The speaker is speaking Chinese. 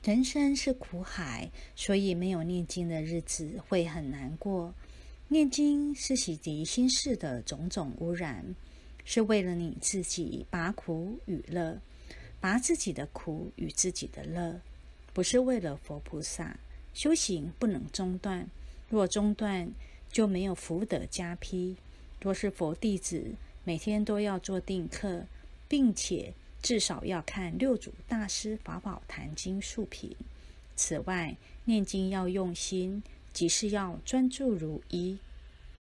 人生是苦海，所以没有念经的日子会很难过。念经是洗涤心事的种种污染，是为了你自己拔苦与乐，拔自己的苦与自己的乐，不是为了佛菩萨。修行不能中断，若中断就没有福德加披。若是佛弟子，每天都要做定课，并且至少要看六祖大师法宝坛经数品。此外，念经要用心，即是要专注如一，